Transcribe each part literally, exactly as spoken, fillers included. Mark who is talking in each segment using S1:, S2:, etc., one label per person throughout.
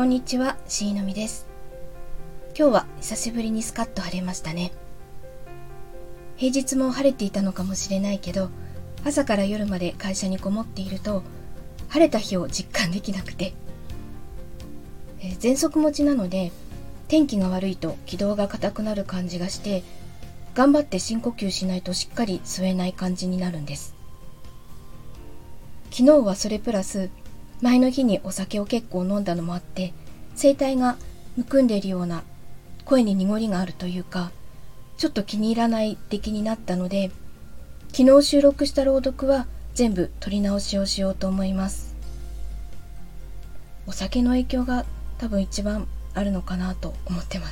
S1: こんにちは、しーのみです。今日は久しぶりにスカッと晴れましたね。平日も晴れていたのかもしれないけど、朝から夜まで会社にこもっていると晴れた日を実感できなくて、えー、喘息持ちなので天気が悪いと気道が硬くなる感じがして、頑張って深呼吸しないとしっかり吸えない感じになるんです。昨日はそれプラス前の日にお酒を結構飲んだのもあって、声帯がむくんでいるような、声に濁りがあるというか、ちょっと気に入らない出来になったので、昨日収録した朗読は全部撮り直しをしようと思います。お酒の影響が多分一番あるのかなと思ってます。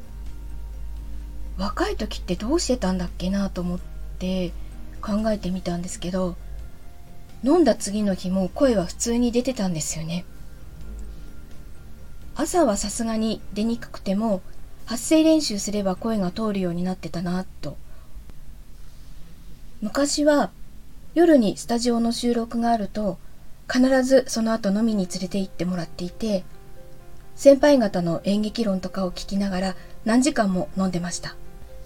S1: 若い時ってどうしてたんだっけなと思って考えてみたんですけど、飲んだ次の日も声は普通に出てたんですよね。朝はさすがに出にくくても発声練習すれば声が通るようになってたなと。昔は夜にスタジオの収録があると必ずその後飲みに連れて行ってもらっていて、先輩方の演劇論とかを聞きながら何時間も飲んでました。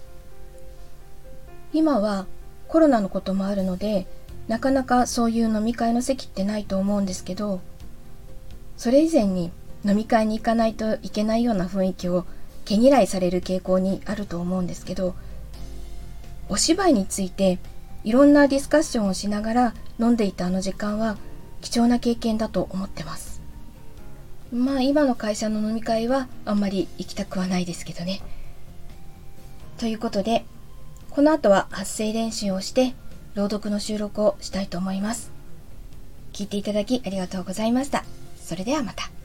S1: 今はコロナのこともあるのでなかなかそういう飲み会の席ってないと思うんですけど、それ以前に飲み会に行かないといけないような雰囲気を毛嫌いされる傾向にあると思うんですけど、お芝居についていろんなディスカッションをしながら飲んでいたあの時間は貴重な経験だと思ってます。まあ今の会社の飲み会はあんまり行きたくはないですけどね。ということで、この後は発声練習をして朗読の収録をしたいと思います。聞いていただきありがとうございました。それではまた。